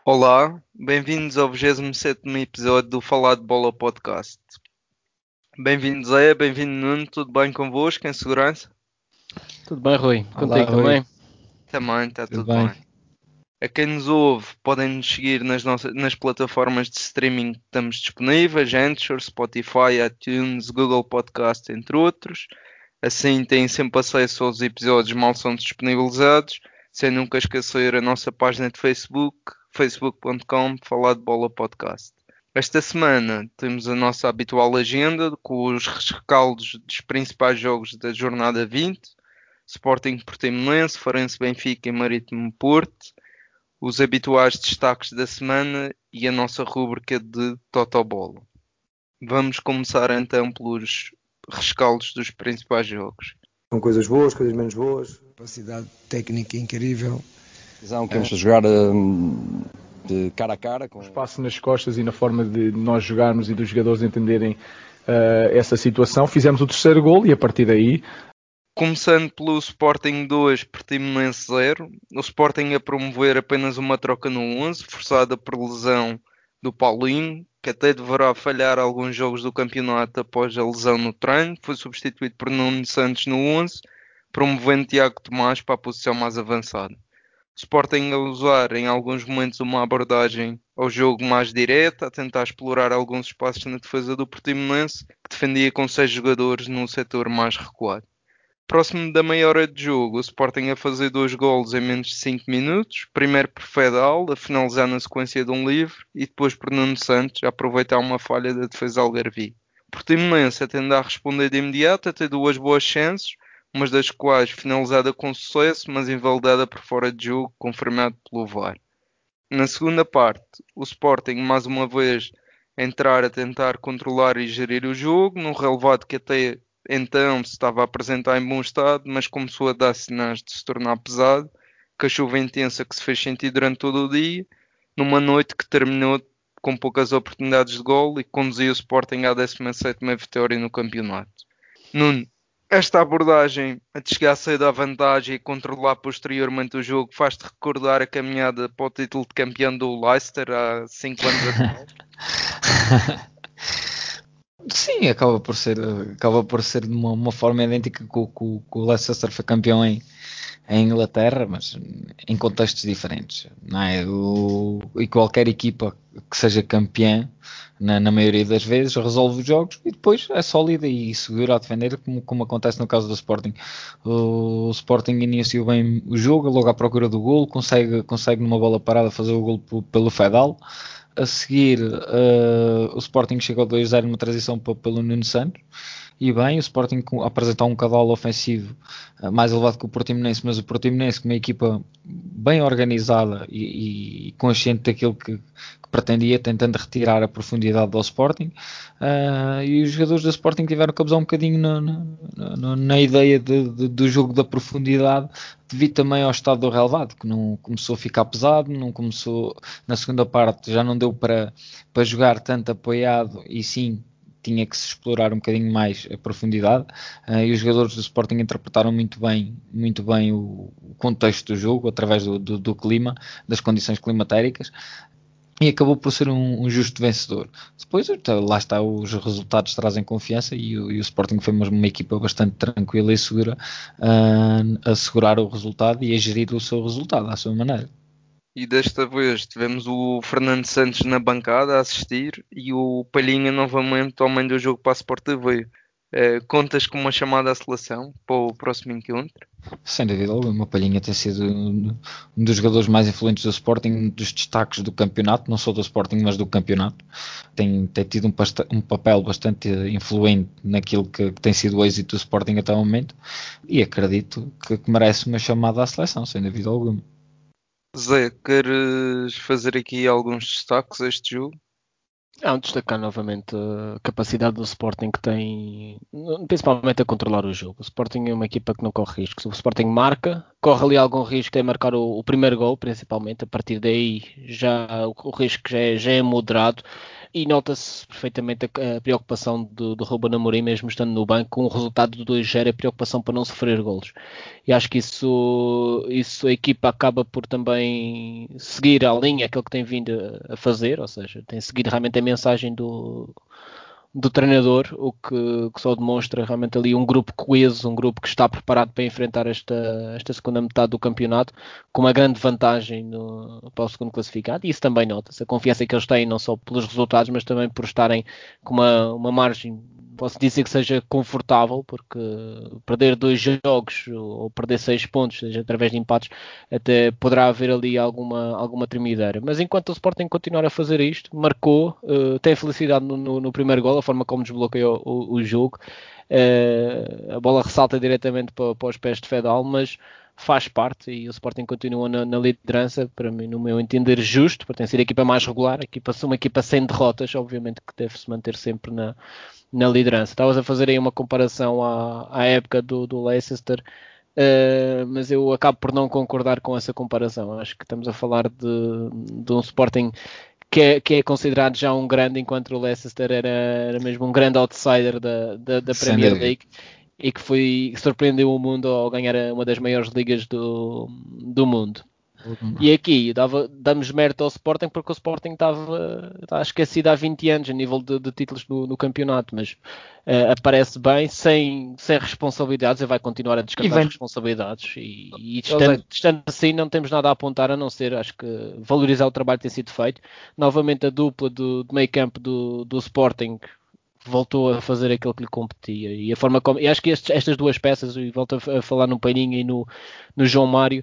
Olá, bem-vindos ao 27º episódio do Falar de Bola Podcast. Bem-vindo Zé, bem-vindo Nuno, tudo bem convosco, em segurança? Tudo bem, Rui? Olá, Contigo Rui. também? Também, está Tudo tudo bem? bem. A quem nos ouve, podem nos seguir nas plataformas de streaming que estamos disponíveis, Anchor, Spotify, iTunes, Google Podcast, entre outros. Assim têm sempre acesso aos episódios mal são disponibilizados, sem nunca esquecer a nossa página de Facebook, facebook.com, Falar de Bola Podcast. Esta semana temos a nossa habitual agenda com os rescaldos dos principais jogos da jornada 20, Sporting Portimonense, Farense Benfica e Marítimo Porto, os habituais destaques da semana e a nossa rúbrica de Totobola. Vamos começar então pelos rescaldos dos principais jogos. São coisas boas, coisas menos boas. Capacidade técnica incrível. Que vamos jogar de cara a cara. Com O espaço nas costas e na forma de nós jogarmos e dos jogadores entenderem essa situação. Fizemos o terceiro gol e a partir daí... Começando pelo Sporting 2, Portimonense 0. O Sporting a promover apenas uma troca no 11, forçada por lesão do Paulinho, que até deverá falhar alguns jogos do campeonato após a lesão no treino. Foi substituído por Nuno Santos no 11, promovendo Tiago Tomás para a posição mais avançada. O Sporting a usar em alguns momentos uma abordagem ao jogo mais direta, a tentar explorar alguns espaços na defesa do Portimonense, que defendia com 6 jogadores num setor mais recuado. Próximo da meia hora de jogo, o Sporting a fazer 2 golos em menos de 5 minutos. Primeiro por Fedal, a finalizar na sequência de um livre, e depois por Nuno Santos, a aproveitar uma falha da defesa algarvia. O Portimonense a tentar responder de imediato, a ter 2 boas chances, umas das quais finalizada com sucesso, mas invalidada por fora de jogo, confirmado pelo VAR. Na segunda parte, o Sporting mais uma vez a entrar a tentar controlar e gerir o jogo, num relevado que até então se estava a apresentar em bom estado, mas começou a dar sinais de se tornar pesado, com a chuva intensa que se fez sentir durante todo o dia, numa noite que terminou com poucas oportunidades de gol e que conduziu o Sporting à 17ª vitória no campeonato. Nuno, esta abordagem a de chegar cedo à vantagem e controlar posteriormente o jogo faz-te recordar a caminhada para o título de campeão do Leicester há 5 anos atrás? Sim, acaba por ser de uma forma idêntica que o Leicester foi campeão em Inglaterra, mas em contextos diferentes, não é? E qualquer equipa que seja campeã, na maioria das vezes, resolve os jogos e depois é sólida e segura a defender, como acontece no caso do Sporting. O Sporting iniciou bem o jogo, logo à procura do golo, consegue numa bola parada fazer o golo pelo Fedal. A seguir, o Sporting chegou 2-0 numa transição pelo Nuno Santos. E bem, o Sporting a apresentar um cavalo ofensivo mais elevado que o Portimonense, mas o Portimonense com uma equipa bem organizada e consciente daquilo que pretendia, tentando retirar a profundidade do Sporting. E os jogadores do Sporting tiveram que abusar um bocadinho na ideia do jogo da profundidade, devido também ao estado do relevado, que não começou a ficar pesado, não começou na segunda parte, já não deu para jogar tanto apoiado, e sim tinha que se explorar um bocadinho mais a profundidade, e os jogadores do Sporting interpretaram muito bem o contexto do jogo, através do clima, das condições climatéricas, e acabou por ser um justo vencedor. Depois, lá está, os resultados trazem confiança e o Sporting foi uma equipa bastante tranquila e segura a segurar o resultado e a gerir o seu resultado à sua maneira. E desta vez tivemos o Fernando Santos na bancada a assistir e o Palhinha novamente ao meio do jogo para a Sport TV. Contas com uma chamada à seleção para o próximo encontro? Sem dúvida alguma, o Palhinha tem sido um dos jogadores mais influentes do Sporting, um dos destaques do campeonato, não só do Sporting, mas do campeonato. Tem tido um papel bastante influente naquilo que tem sido o êxito do Sporting até o momento, e acredito que merece uma chamada à seleção, sem dúvida alguma. Zé, queres fazer aqui alguns destaques a este jogo? Destacar novamente a capacidade do Sporting que tem, principalmente a controlar o jogo. O Sporting é uma equipa que não corre riscos. O Sporting marca, corre ali algum risco em marcar o primeiro gol, principalmente. A partir daí já o risco já é moderado. E nota-se perfeitamente a preocupação do Ruben Amorim, mesmo estando no banco, com o resultado do 2-0, a preocupação para não sofrer golos. E acho que isso a equipa acaba por também seguir a linha, aquilo que tem vindo a fazer, ou seja, tem seguido realmente a mensagem do treinador, o que só demonstra realmente ali um grupo coeso, um grupo que está preparado para enfrentar esta segunda metade do campeonato, com uma grande vantagem para o segundo classificado, e isso também nota-se, a confiança que eles têm, não só pelos resultados, mas também por estarem com uma margem, posso dizer que seja confortável, porque perder 2 jogos ou perder 6 pontos, seja através de empates, até poderá haver ali alguma tremideira. Mas enquanto o Sporting continuar a fazer isto, marcou, tem felicidade no primeiro gol, a forma como desbloqueou o jogo. A bola ressalta diretamente para os pés de Fedal, mas faz parte e o Sporting continua na liderança, para mim, no meu entender, justo, para ter sido a equipa mais regular, uma equipa sem derrotas, obviamente que deve-se manter sempre na liderança. Estavas a fazer aí uma comparação à época do Leicester, mas eu acabo por não concordar com essa comparação. Acho que estamos a falar de um Sporting que é considerado já um grande, enquanto o Leicester era mesmo um grande outsider da Premier League e que surpreendeu o mundo ao ganhar uma das maiores ligas do mundo. E aqui damos mérito ao Sporting porque o Sporting está esquecido há 20 anos a nível de títulos no campeonato, mas aparece bem, sem responsabilidades, e vai continuar a descartar as responsabilidades e estando assim não temos nada a apontar, a não ser, acho que, valorizar o trabalho que tem sido feito. Novamente a dupla de meio campo do Sporting voltou a fazer aquilo que lhe competia, e a forma como, e acho que estas duas peças, e volto a falar no Palhinha e no João Mário,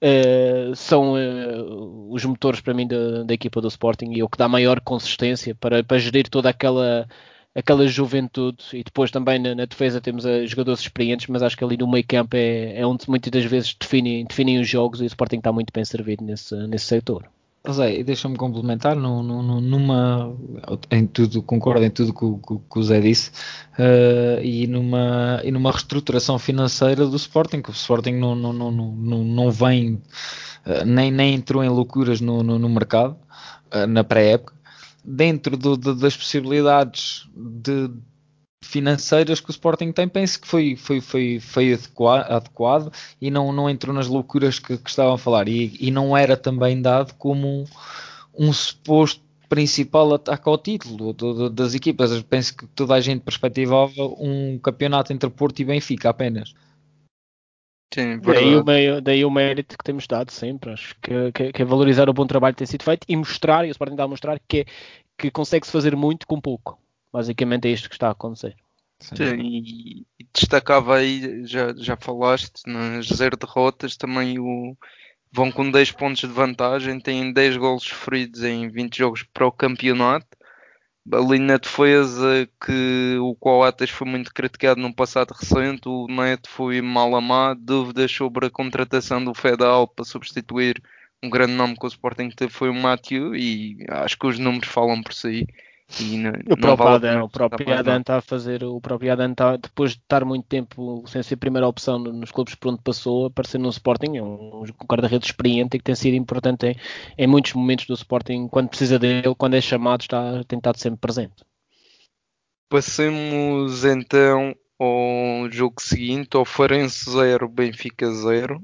são os motores para mim da equipa do Sporting, e o que dá maior consistência para gerir toda aquela juventude. E depois também na defesa temos jogadores experientes, mas acho que ali no meio campo é onde muitas das vezes definem os jogos, e o Sporting está muito bem servido nesse setor. Zé, deixa-me complementar em tudo, concordo em tudo que o Zé disse, e numa reestruturação financeira do Sporting, que o Sporting não vem, nem entrou em loucuras no mercado, na pré-época, dentro das possibilidades financeiras que o Sporting tem, penso que foi adequado e não entrou nas loucuras que estavam a falar, e não era também dado como um suposto principal ataque ao título das equipas. Eu penso que toda a gente perspectivava um campeonato entre Porto e Benfica apenas. Sim, Daí o mérito que temos dado sempre. Acho que é valorizar o bom trabalho que tem sido feito e mostrar, e o Sporting está a mostrar que consegue-se fazer muito com pouco. Basicamente é isto que está a acontecer. Sim, e destacava aí, já falaste, nas 0 derrotas, também vão com 10 pontos de vantagem, têm 10 golos sofridos em 20 jogos para o campeonato. Ali na defesa, que o Coates foi muito criticado no passado recente, o Neto foi mal amado, dúvidas sobre a contratação do Fedal para substituir um grande nome que o Sporting teve foi o Mathieu, e acho que os números falam por si. E O não próprio vale a Adam, pena o próprio mais Adam nada. está a fazer, o próprio Adam está, depois de estar muito tempo sem ser primeira opção nos clubes por onde passou, aparecer no Sporting, é um guarda-redes experiente e que tem sido importante em muitos momentos do Sporting, quando precisa dele, quando é chamado, tem estado sempre presente. Passemos então ao jogo seguinte, ao Farense 0, Benfica 0.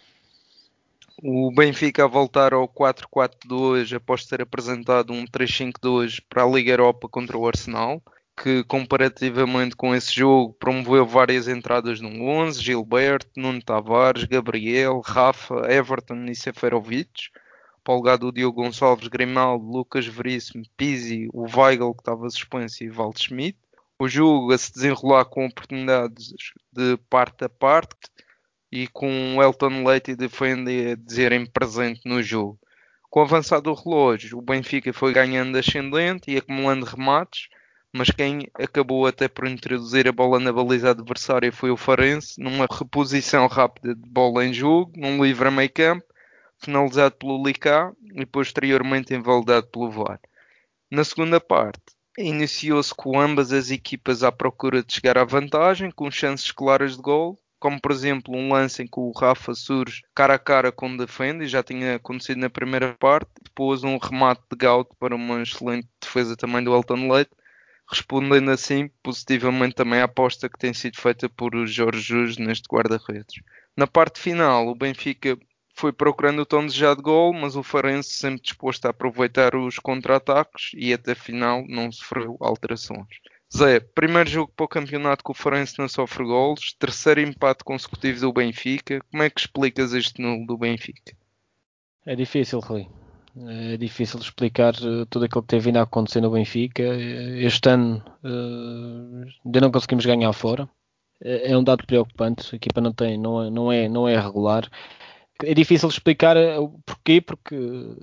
O Benfica a voltar ao 4-4-2 após ter apresentado um 3-5-2 para a Liga Europa contra o Arsenal, que comparativamente com esse jogo promoveu várias entradas no 11, Gilberto, Nuno Tavares, Gabriel, Rafa, Everton e Seferovic, para o lugar do Diogo Gonçalves, Grimaldo, Lucas Veríssimo, Pizzi, o Weigl que estava suspenso e Waldschmidt. O jogo a se desenrolar com oportunidades de parte a parte e com o Elton Leite e Defendi a dizerem presente no jogo. Com o avançado do relógio, o Benfica foi ganhando ascendente e acumulando remates, mas quem acabou até por introduzir a bola na baliza adversária foi o Farense, numa reposição rápida de bola em jogo, num livre a meio campo, finalizado pelo Licá e posteriormente invalidado pelo VAR. Na segunda parte, iniciou-se com ambas as equipas à procura de chegar à vantagem, com chances claras de gol, como por exemplo um lance em que o Rafa surge cara a cara com o defende, e já tinha acontecido na primeira parte, depois um remate de Gaut para uma excelente defesa também do Elton Leite, respondendo assim positivamente também à aposta que tem sido feita por Jorge Jesus neste guarda-redes. Na parte final, o Benfica foi procurando o tom desejado de gol, mas o Farense sempre disposto a aproveitar os contra-ataques e até final não sofreu alterações. Zé, primeiro jogo para o campeonato que o Farense não sofre golos, terceiro empate consecutivo do Benfica. Como é que explicas este nulo do Benfica? É difícil, Rui. É difícil explicar tudo aquilo que tem vindo a acontecer no Benfica. Este ano ainda não conseguimos ganhar fora. É um dado preocupante. A equipa não é regular. É difícil explicar o porquê, porque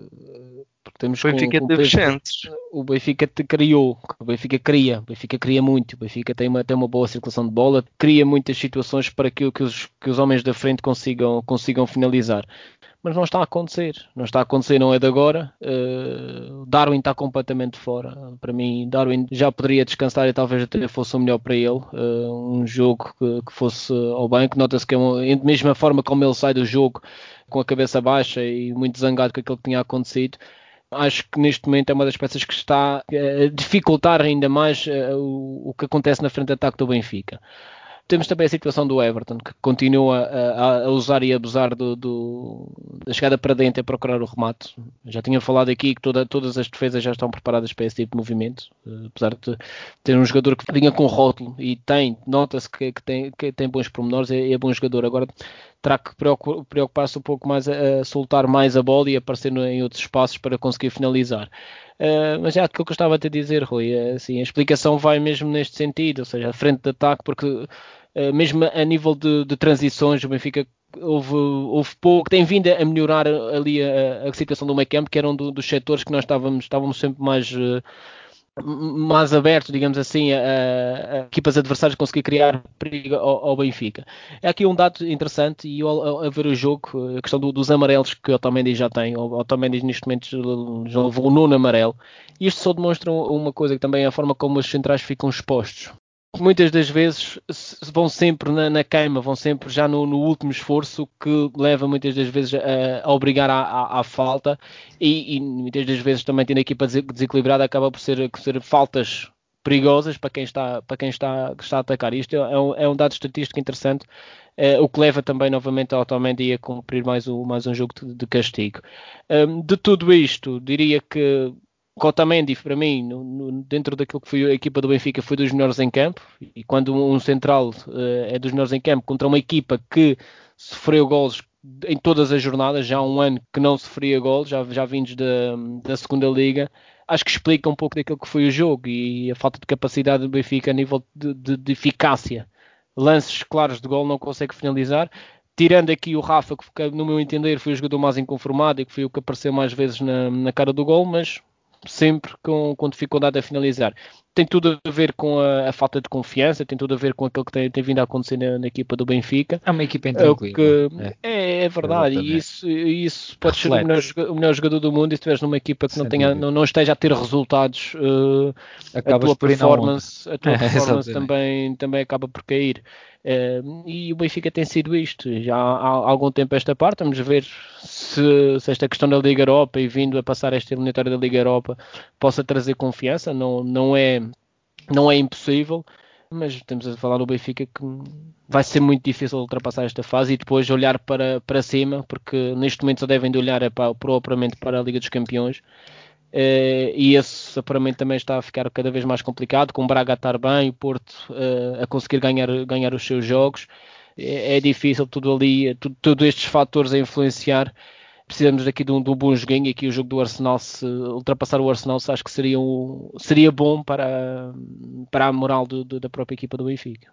temos O Benfica teve chances. o Benfica criou, o Benfica cria muito, o Benfica tem uma boa circulação de bola, cria muitas situações para que os homens da frente consigam finalizar. Mas não está a acontecer, não é de agora. Darwin está completamente fora. Para mim, Darwin já poderia descansar e talvez até fosse o melhor para ele. Um jogo que fosse ao banco. Nota-se que mesmo a forma como ele sai do jogo, com a cabeça baixa e muito zangado com aquilo que tinha acontecido. Acho que neste momento é uma das peças que está a dificultar ainda mais o que acontece na frente de ataque do Benfica. Temos também a situação do Everton, que continua a usar e abusar da chegada para dentro a procurar o remate. Já tinha falado aqui que todas as defesas já estão preparadas para esse tipo de movimento, apesar de ter um jogador que vinha com rótulo e nota-se que tem bons pormenores, é bom jogador. Agora terá que preocupar-se um pouco mais a soltar mais a bola e aparecer em outros espaços para conseguir finalizar. Mas é aquilo que eu estava a te dizer, Rui. Assim, a explicação vai mesmo neste sentido, ou seja, a frente de ataque, porque mesmo a nível de transições, o Benfica houve pouco, tem vindo a melhorar ali a situação do meio campo, que era um dos setores que nós estávamos sempre mais abertos, digamos assim, a equipas adversárias conseguir criar perigo ao Benfica. É aqui um dado interessante, e ao ver o jogo, a questão dos amarelos que o Otamendi já tem. O Otamendi neste momento já levou o nono amarelo, e isto só demonstra uma coisa, que também é a forma como os centrais ficam expostos. Muitas das vezes vão sempre na queima, vão sempre já no último esforço, que leva muitas das vezes a obrigar à falta, e muitas das vezes também tendo a equipa desequilibrada acaba por ser faltas perigosas para quem está a atacar. Isto é um dado estatístico interessante, o que leva também novamente ao Otamendi a cumprir mais um jogo de castigo. De tudo isto, diria que Otamendi, para mim, dentro daquilo que foi a equipa do Benfica, foi dos melhores em campo, e quando um central é dos melhores em campo contra uma equipa que sofreu golos em todas as jornadas, já há um ano que não sofria golos, já vindos da segunda liga, acho que explica um pouco daquilo que foi o jogo e a falta de capacidade do Benfica a nível de eficácia. Lances claros de gol, não consegue finalizar. Tirando aqui o Rafa, que no meu entender foi o jogador mais inconformado e que foi o que apareceu mais vezes na cara do gol, mas sempre com dificuldade a finalizar. Tem tudo a ver com a falta de confiança, tem tudo a ver com aquilo que tem vindo a acontecer na equipa do Benfica. É uma equipa intranquila. É verdade, e isso pode ser o melhor jogador do mundo, e se estiveres numa equipa que não esteja a ter resultados, a tua performance também acaba por cair. E o Benfica tem sido isto já há algum tempo esta parte. Vamos ver se esta questão da Liga Europa e vindo a passar esta eliminatória da Liga Europa possa trazer confiança. Não é impossível, mas estamos a falar do Benfica que vai ser muito difícil ultrapassar esta fase e depois olhar para cima, porque neste momento só devem de olhar propriamente para a Liga dos Campeões. E esse apuramento também está a ficar cada vez mais complicado, com o Braga a estar bem, o Porto a conseguir ganhar os seus jogos. É difícil tudo ali, todos estes fatores a influenciar. Precisamos aqui de um bom joguinho, e aqui o jogo do Arsenal, se ultrapassar o Arsenal, acho que seria bom para a moral da própria equipa do Benfica.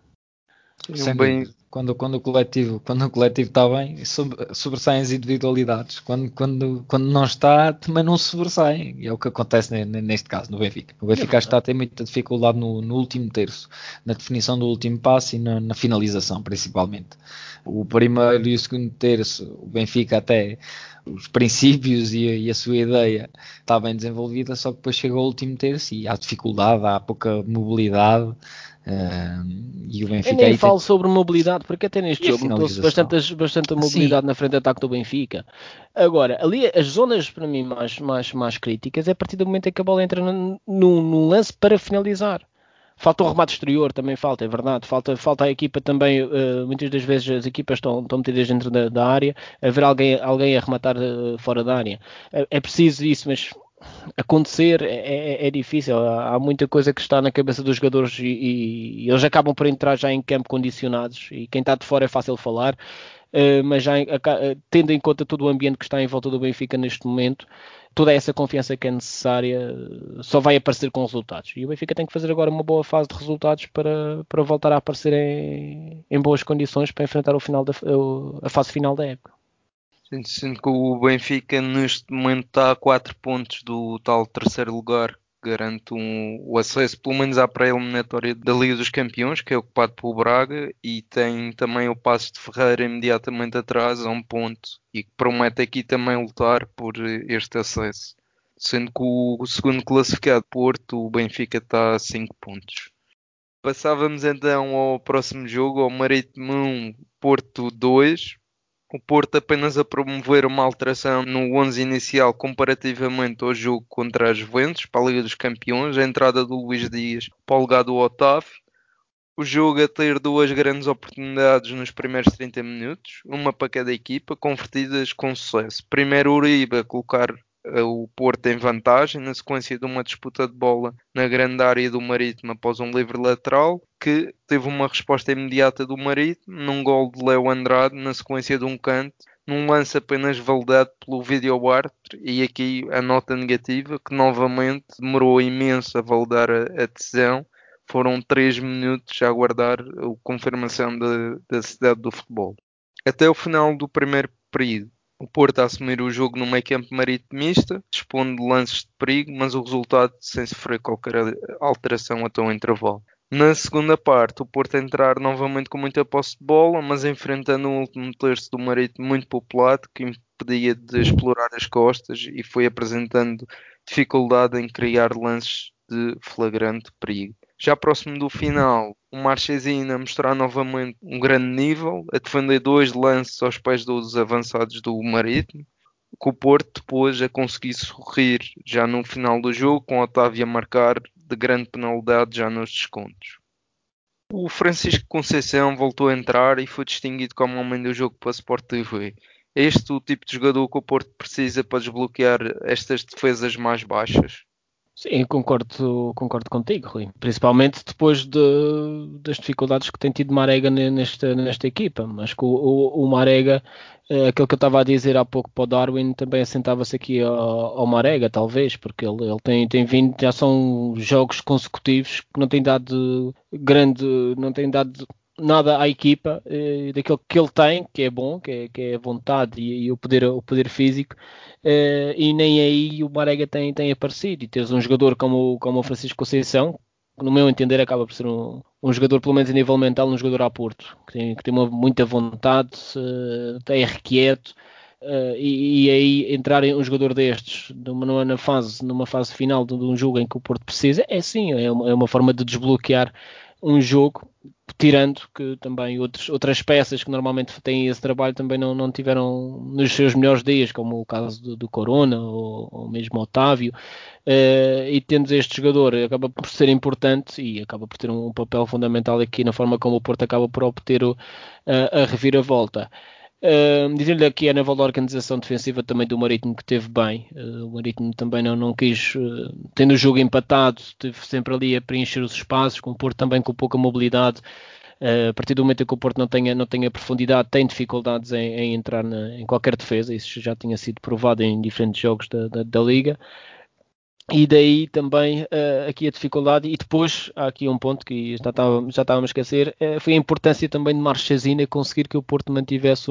Quando o coletivo está bem, sobressaem as individualidades. Quando não está, também não se sobressaem. E é o que acontece neste caso no Benfica. O Benfica está a ter muita dificuldade no último terço, na definição do último passe e na finalização, principalmente. O primeiro e o segundo terço, o Benfica até os princípios e a sua ideia está bem desenvolvida, só que depois chega ao último terço e há dificuldade, há pouca mobilidade. E o Eu Benfica nem aí falo sobre mobilidade, porque até neste E a jogo notou-se finalização? bastante a Sim, mobilidade na frente de ataque do Benfica. Agora, ali as zonas para mim mais críticas é a partir do momento em que a bola entra num lance para finalizar. Falta o remate exterior, também falta, é verdade. Falta a equipa também, muitas das vezes as equipas estão metidas dentro da área, a ver alguém a rematar fora da área. É preciso isso, mas acontecer é difícil. Há muita coisa que está na cabeça dos jogadores e eles acabam por entrar já em campo condicionados e quem está de fora é fácil falar, mas já tendo em conta todo o ambiente que está em volta do Benfica neste momento, toda essa confiança que é necessária só vai aparecer com resultados. E o Benfica tem que fazer agora uma boa fase de resultados para voltar a aparecer em boas condições para enfrentar a fase final da época. Sendo que o Benfica neste momento está a 4 pontos do tal terceiro lugar, que garante o acesso pelo menos à pré-eliminatória da Liga dos Campeões, que é ocupado pelo Braga, e tem também o Paços de Ferreira imediatamente atrás, a 1 ponto, e que promete aqui também lutar por este acesso. Sendo que o segundo classificado, Porto, o Benfica está a 5 pontos. Passávamos então ao próximo jogo, ao Marítimo 1, Porto 2. O Porto apenas a promover uma alteração no 11 inicial comparativamente ao jogo contra a Juventus, para a Liga dos Campeões, a entrada do Luís Dias para o lugar do Otávio. O jogo a ter duas grandes oportunidades nos primeiros 30 minutos, uma para cada equipa, convertidas com sucesso. Primeiro o Uribe a colocar o Porto em vantagem, na sequência de uma disputa de bola na grande área do Marítimo após um livre lateral, que teve uma resposta imediata do Marítimo, num gol de Léo Andrade, na sequência de um canto, num lance apenas validado pelo vídeo-árbitro, e aqui a nota negativa, que novamente demorou imenso a validar a decisão. Foram 3 minutos a aguardar a confirmação da cidade do futebol. Até o final do primeiro período, o Porto a assumir o jogo no meio campo maritimista, dispondo de lances de perigo, mas o resultado sem sofrer qualquer alteração até o intervalo. Na segunda parte, o Porto a entrar novamente com muita posse de bola, mas enfrentando um último terço do Marítimo muito populado, que impedia de explorar as costas e foi apresentando dificuldade em criar lances de flagrante perigo. Já próximo do final, o Marchesino a mostrar novamente um grande nível, a defender 2 lances aos pés dos avançados do Marítimo, com o Porto depois a conseguir sorrir já no final do jogo, com o Otávio a marcar de grande penalidade já nos descontos. O Francisco Conceição voltou a entrar e foi distinguido como homem do jogo pela Sport TV. É este o tipo de jogador que o Porto precisa para desbloquear estas defesas mais baixas? Sim, concordo contigo, Rui. Principalmente depois das dificuldades que tem tido Marega nesta equipa. Mas que o Marega, aquilo que eu estava a dizer há pouco para o Darwin, também assentava-se aqui ao Marega, talvez, porque ele tem vindo, já são jogos consecutivos que não tem dado não tem dado nada à equipa, daquilo que ele tem, que é bom, que é a vontade e o poder físico. E nem aí o Marega tem aparecido. E teres um jogador como o Francisco Conceição, que no meu entender acaba por ser um jogador, pelo menos a nível mental, um jogador a Porto, que tem muita vontade, é requieto. E aí entrarem um jogador destes numa fase final de um jogo em que o Porto precisa, sim, é uma forma de desbloquear um jogo, tirando que também outras peças que normalmente têm esse trabalho também não tiveram nos seus melhores dias, como o caso do Corona ou mesmo Otávio. E tendo este jogador, acaba por ser importante e acaba por ter um papel fundamental aqui na forma como o Porto acaba por obter a reviravolta. Dizer-lhe aqui a nível da organização defensiva também do Marítimo, que teve bem. O Marítimo também não quis, tendo o jogo empatado, teve sempre ali a preencher os espaços, com o Porto também com pouca mobilidade. A partir do momento em que o Porto não tenha profundidade, tem dificuldades em entrar em qualquer defesa. Isso já tinha sido provado em diferentes jogos da Liga. E daí também aqui a dificuldade, e depois há aqui um ponto que já estava a esquecer, foi a importância também de Marchesina conseguir que o Porto mantivesse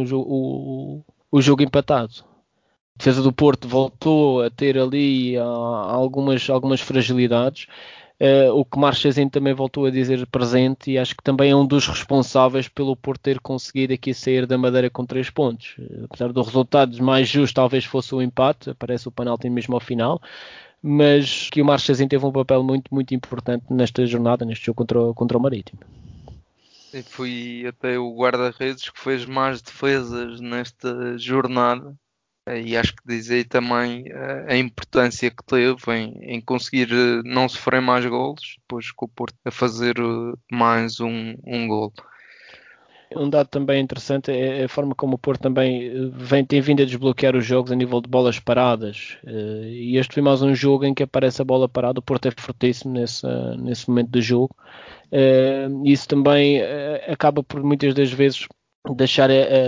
o jogo empatado. A defesa do Porto voltou a ter ali algumas fragilidades, o que Marchesino também voltou a dizer presente, e acho que também é um dos responsáveis pelo Porto ter conseguido aqui sair da Madeira com 3 pontos. Apesar do resultado mais justo talvez fosse o empate, aparece o penalti mesmo ao final, mas que o Marchesin teve um papel muito, muito importante nesta jornada, neste jogo contra o Marítimo. E foi até o guarda-redes que fez mais defesas nesta jornada. E acho que diz aí também a importância que teve em conseguir não sofrer mais golos, depois com o Porto a fazer mais um gol. Um dado também interessante é a forma como o Porto também tem vindo a desbloquear os jogos a nível de bolas paradas. E este foi mais um jogo em que aparece a bola parada. O Porto é fortíssimo nesse momento do jogo. Isso também acaba por muitas das vezes deixar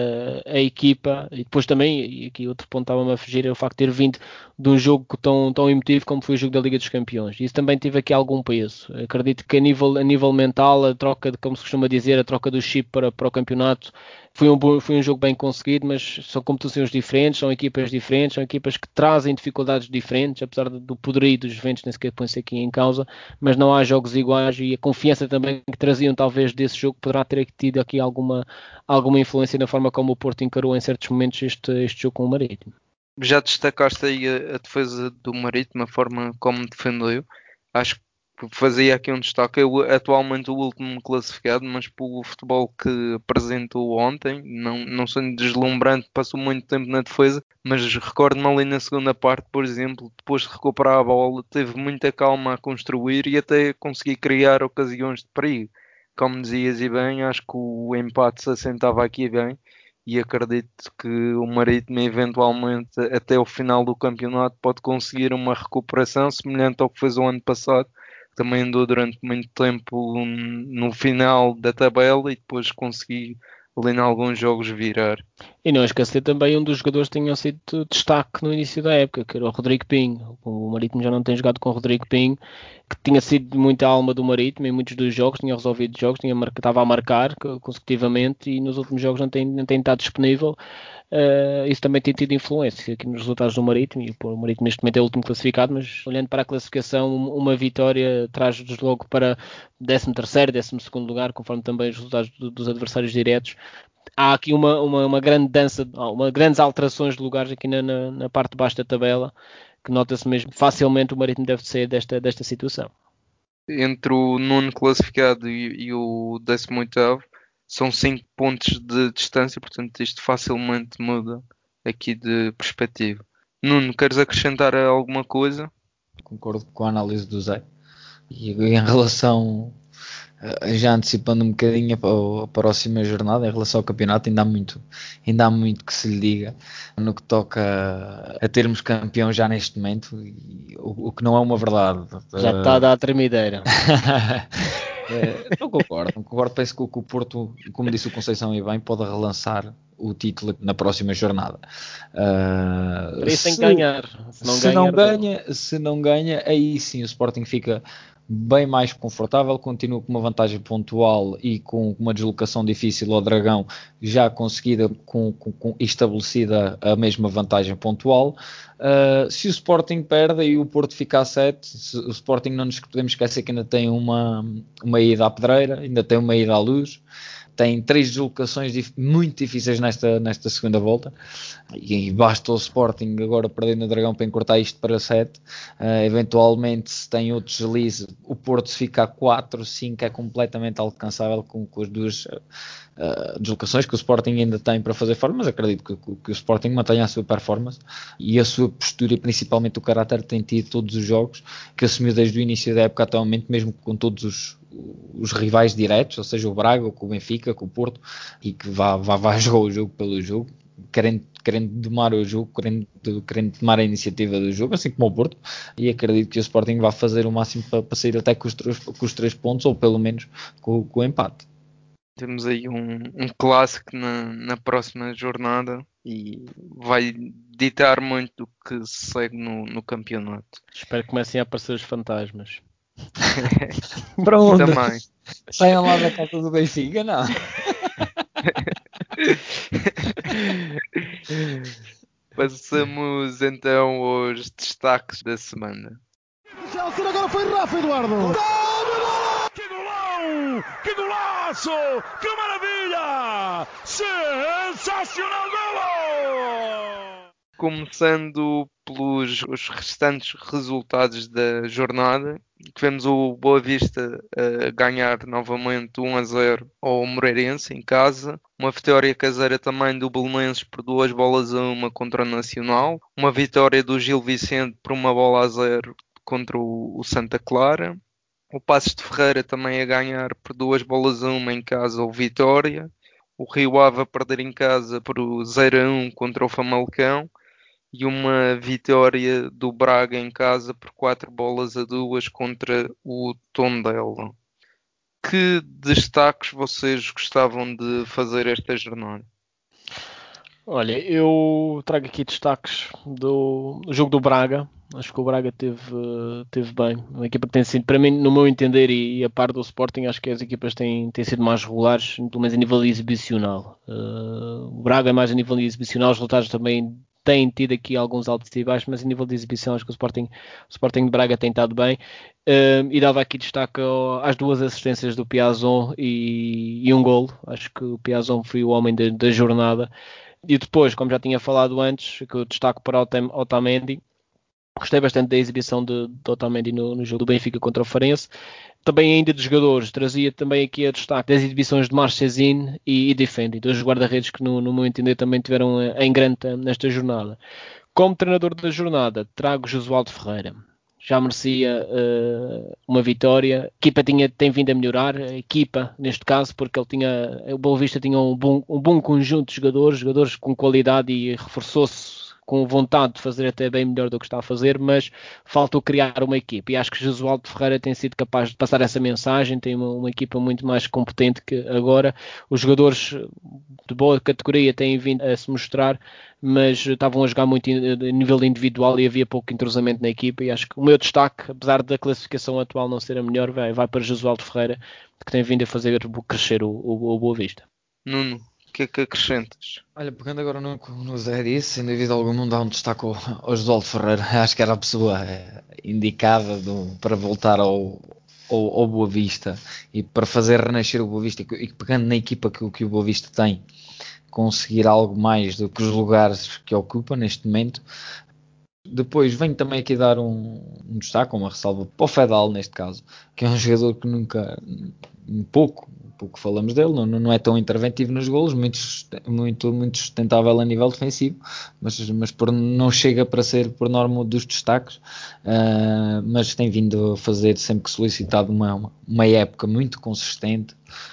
a equipa, e depois também, e aqui outro ponto estava-me a fugir, é o facto de ter vindo de um jogo tão emotivo como foi o jogo da Liga dos Campeões. Isso também teve aqui algum peso. Acredito que a nível mental, a troca de, como se costuma dizer, a troca do chip para o campeonato foi um jogo bem conseguido, mas são competições diferentes, são equipas que trazem dificuldades diferentes, apesar do poderio dos Juventus, nem sequer põe-se aqui em causa, mas não há jogos iguais, e a confiança também que traziam talvez desse jogo poderá ter tido aqui alguma influência na forma como o Porto encarou em certos momentos este jogo com o Marítimo. Já destacaste aí a defesa do Marítimo, a forma como defendeu. Acho que fazia aqui um destaque. É atualmente o último classificado, mas pelo futebol que apresentou ontem, não sendo deslumbrante, passou muito tempo na defesa, mas recordo-me ali na segunda parte, por exemplo, depois de recuperar a bola, teve muita calma a construir e até conseguir criar ocasiões de perigo. Como dizias e bem, acho que o empate se assentava aqui bem e acredito que o Marítimo eventualmente até o final do campeonato pode conseguir uma recuperação semelhante ao que fez o ano passado. Também andou durante muito tempo no final da tabela e depois consegui ali em alguns jogos virar. E não esquecer também um dos jogadores que tinham sido destaque no início da época, que era o Rodrigo Pinho. O Marítimo já não tem jogado com o Rodrigo Pinho, que tinha sido muita alma do Marítimo em muitos dos jogos, tinha resolvido jogos, estava a marcar consecutivamente, e nos últimos jogos não tem estado disponível. Isso também tem tido influência aqui nos resultados do Marítimo, e o Marítimo neste momento é o último classificado, mas olhando para a classificação, uma vitória traz-nos logo para 13º, 12º lugar, conforme também os resultados dos adversários diretos. Há aqui uma grande dança, grandes alterações de lugares aqui na parte de baixo da tabela, que nota-se mesmo facilmente o Marítimo deve sair desta situação. Entre o nono classificado e o 18º são 5 pontos de distância, portanto isto facilmente muda aqui de perspectiva. Nuno, queres acrescentar alguma coisa? Concordo com a análise do Zé. E em relação, já antecipando um bocadinho para a próxima jornada, em relação ao campeonato, ainda há muito que se lhe diga no que toca a termos campeão já neste momento, o que não é uma verdade. Já está a dar a tremideira. Não concordo. Penso que o Porto, como disse o Conceição e bem, pode relançar o título na próxima jornada. Para isso tem que ganhar. Se não ganha, aí sim o Sporting fica bem mais confortável, continua com uma vantagem pontual e com uma deslocação difícil ao Dragão já conseguida com estabelecida a mesma vantagem pontual. Se o Sporting perde e o Porto fica a 7, o Sporting, não nos podemos esquecer que ainda tem uma ida à Pedreira, ainda tem uma ida à Luz, tem 3 deslocações muito difíceis nesta segunda volta, e basta o Sporting agora perder no Dragão para encurtar isto para 7. Eventualmente, se tem outro deslize, o Porto se fica a 4, 5 é completamente alcançável com as duas deslocações que o Sporting ainda tem para fazer forma, mas acredito que o Sporting mantenha a sua performance e a sua postura e principalmente o caráter que tem tido todos os jogos que assumiu desde o início da época até o momento, mesmo com todos os rivais diretos, ou seja, o Braga, com o Benfica, com o Porto, e que vá jogar o jogo pelo jogo, querendo domar o jogo, querendo tomar a iniciativa do jogo, assim como o Porto, e acredito que o Sporting vai fazer o máximo para sair até com os 3 pontos, ou pelo menos com o empate. Temos aí um clássico na próxima jornada e vai ditar muito o que se segue no campeonato. Espero que comecem a aparecer os fantasmas. Para onde? Também. Saiam lá da casa do Benfica, não? Passamos então aos destaques da semana. Chelsea agora foi Rafa Eduardo. Que golão! Que golaço! Que maravilha! Sensacional golo! Começando pelos os restantes resultados da jornada, tivemos o Boa Vista a ganhar novamente 1-0 ao Moreirense em casa, uma vitória caseira também do Belenenses por 2-1 contra o Nacional, uma vitória do Gil Vicente por 1-0 contra o Santa Clara, o Passos de Ferreira também a ganhar por 2-1 em casa ao Vitória, o Rio Ave a perder em casa por 0-1 contra o Famalicão, e uma vitória do Braga em casa por 4-2 contra o Tondela. Que destaques vocês gostavam de fazer esta jornada? Olha, eu trago aqui destaques do jogo do Braga. Acho que o Braga teve bem. Uma equipa que tem sido, para mim, no meu entender, e a par do Sporting, acho que as equipas têm sido mais regulares, pelo menos a nível exibicional. O Braga é mais a nível exibicional, os resultados também têm tido aqui alguns altos e baixos, mas a nível de exibição acho que o Sporting de Braga tem estado bem. E dava aqui destaque às 2 assistências do Piazon e um golo. Acho que o Piazon foi o homem da jornada. E depois, como já tinha falado antes, que eu destaco para Otamendi. Gostei bastante da exibição de Otamendi no jogo do Benfica contra o Farense. Também ainda de jogadores, trazia também aqui a destaque das exibições de Marchesín e Defendi, dois guarda-redes que no meu entender também tiveram em grande nesta jornada. Como treinador da jornada, trago Josualdo Ferreira. Já merecia uma vitória. A equipa tem vindo a melhorar, a equipa neste caso, porque o Boa Vista tinha um bom conjunto de jogadores com qualidade e reforçou-se com vontade de fazer até bem melhor do que está a fazer, mas faltou criar uma equipa. E acho que Josualdo Ferreira tem sido capaz de passar essa mensagem, tem uma equipa muito mais competente que agora. Os jogadores de boa categoria têm vindo a se mostrar, mas estavam a jogar muito a nível individual e havia pouco entrosamento na equipa. E acho que o meu destaque, apesar da classificação atual não ser a melhor, vai para Josualdo Ferreira, que tem vindo a fazer crescer o Boa Vista. Nuno, o que é que acrescentas? Olha, pegando agora no Zé disse, sem dúvida alguma, dá um destaque ao Josualdo Ferreira. Acho que era a pessoa indicada para voltar ao Boa Vista e para fazer renascer o Boa Vista. E pegando na equipa que o Boa Vista tem, conseguir algo mais do que os lugares que ocupa neste momento. Depois venho também aqui dar um destaque, uma ressalva para o Fedal, neste caso, que é um jogador que nunca, pouco falamos dele, não é tão interventivo nos golos, muito sustentável a nível defensivo, mas não chega para ser por norma dos destaques, mas tem vindo a fazer sempre que solicitado uma época muito consistente,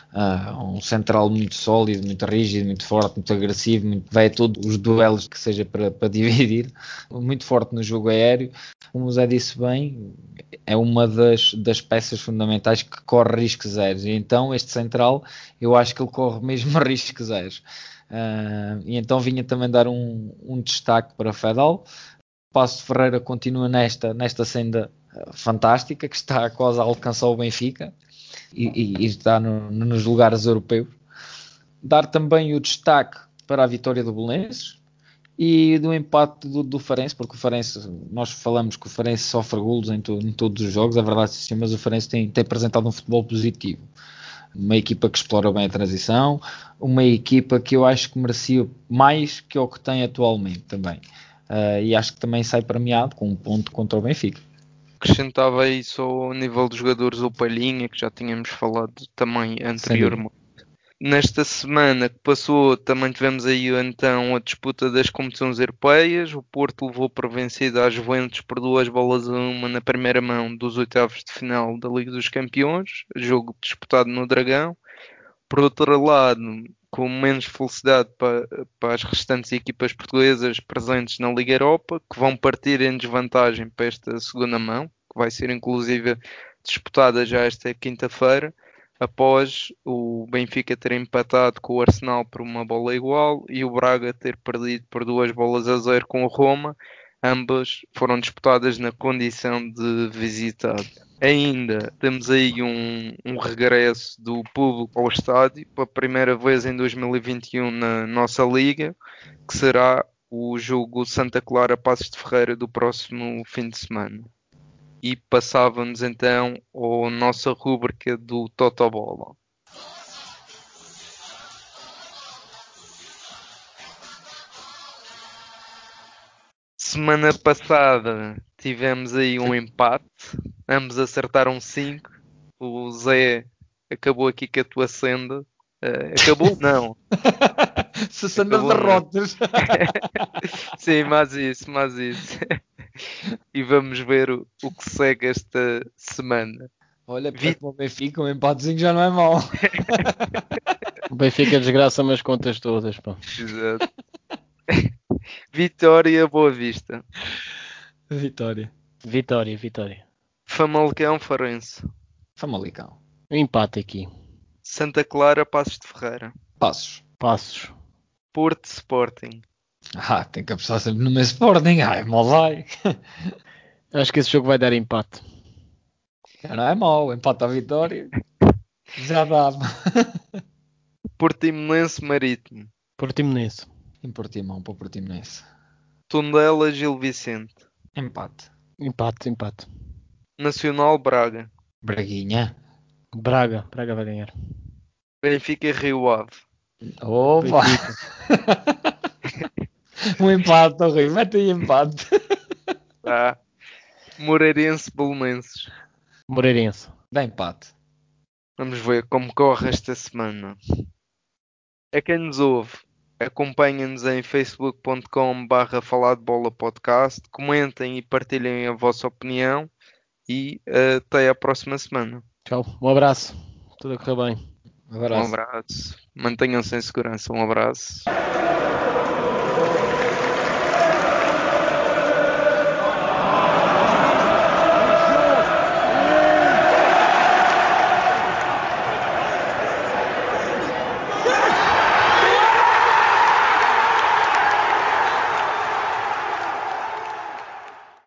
um central muito sólido, muito rígido, muito forte, muito agressivo, vai a todos os duelos que seja para dividir, muito forte no jogo aéreo. Como o Zé disse bem, é uma das peças fundamentais que corre risco zero, e então este central, eu acho que ele corre mesmo risco zero. E então vinha também dar um destaque para Fedal. Passos de Ferreira continua nesta senda fantástica, que está quase a alcançar o Benfica e está nos lugares europeus. Dar também o destaque para a vitória do Belenenses e do empate do Farense, porque o Farense, nós falamos que o Farense sofre golos em todos os jogos, é verdade sim, mas o Farense tem apresentado um futebol positivo. Uma equipa que explora bem a transição, uma equipa que eu acho que merecia mais que o que tem atualmente também. E acho que também sai premiado com um ponto contra o Benfica. Acrescentava aí só ao nível dos jogadores o Palhinha, que já tínhamos falado também anteriormente. Nesta semana que passou, também tivemos aí então a disputa das competições europeias. O Porto levou por vencida a Juventus por 2-1 na primeira mão dos oitavos de final da Liga dos Campeões, jogo disputado no Dragão. Por outro lado, com menos felicidade para as restantes equipas portuguesas presentes na Liga Europa, que vão partir em desvantagem para esta segunda mão, que vai ser inclusive disputada já esta quinta-feira, após o Benfica ter empatado com o Arsenal por uma bola igual e o Braga ter perdido por 2-0 com o Roma. Ambas foram disputadas na condição de visitado. Ainda temos aí um regresso do público ao estádio, pela primeira vez em 2021 na nossa liga, que será o jogo Santa Clara Passos de Ferreira do próximo fim de semana. E passávamos então à nossa rúbrica do Totobola. Semana passada tivemos aí um empate. Ambos acertaram 5. O Zé acabou aqui com a tua senda. Acabou? Não. 60 Acabou, não. derrotas. Sim, mais isso. E vamos ver o que segue esta semana. Olha, para o Benfica, um empatezinho já não é mau. O Benfica desgraça-me as contas todas, pá. Exato. Vitória, Boa Vista. Vitória. Vitória. Famalicão, Farense. Famalicão. Um empate aqui. Santa Clara, Passos de Ferreira. Passos. Porto, Sporting. Tem que apostar sempre no meu Sporting. Mal vai. Acho que esse jogo vai dar empate. Já não é mau. Empate à vitória. Já dá. Portimonense, Marítimo. Portimonense. Em Portimão para o Portimonense. Tondela, Gil Vicente. Empate. Empate. Nacional, Braga. Braguinha. Braga vai ganhar. Benfica, Rio Ave. Opa! Benfica. Um empate, horrível. Mete aí empate. Tá. Moreirense, Belenenses. Moreirense. Dá empate. Vamos ver como corre esta semana. A quem nos ouve, acompanhem-nos em facebook.com/falar de bola podcast. Comentem e partilhem a vossa opinião. E até à próxima semana. Tchau. Um abraço. Tudo a correr bem. Um Um abraço. abraço. Mantenham-se em segurança. Um abraço.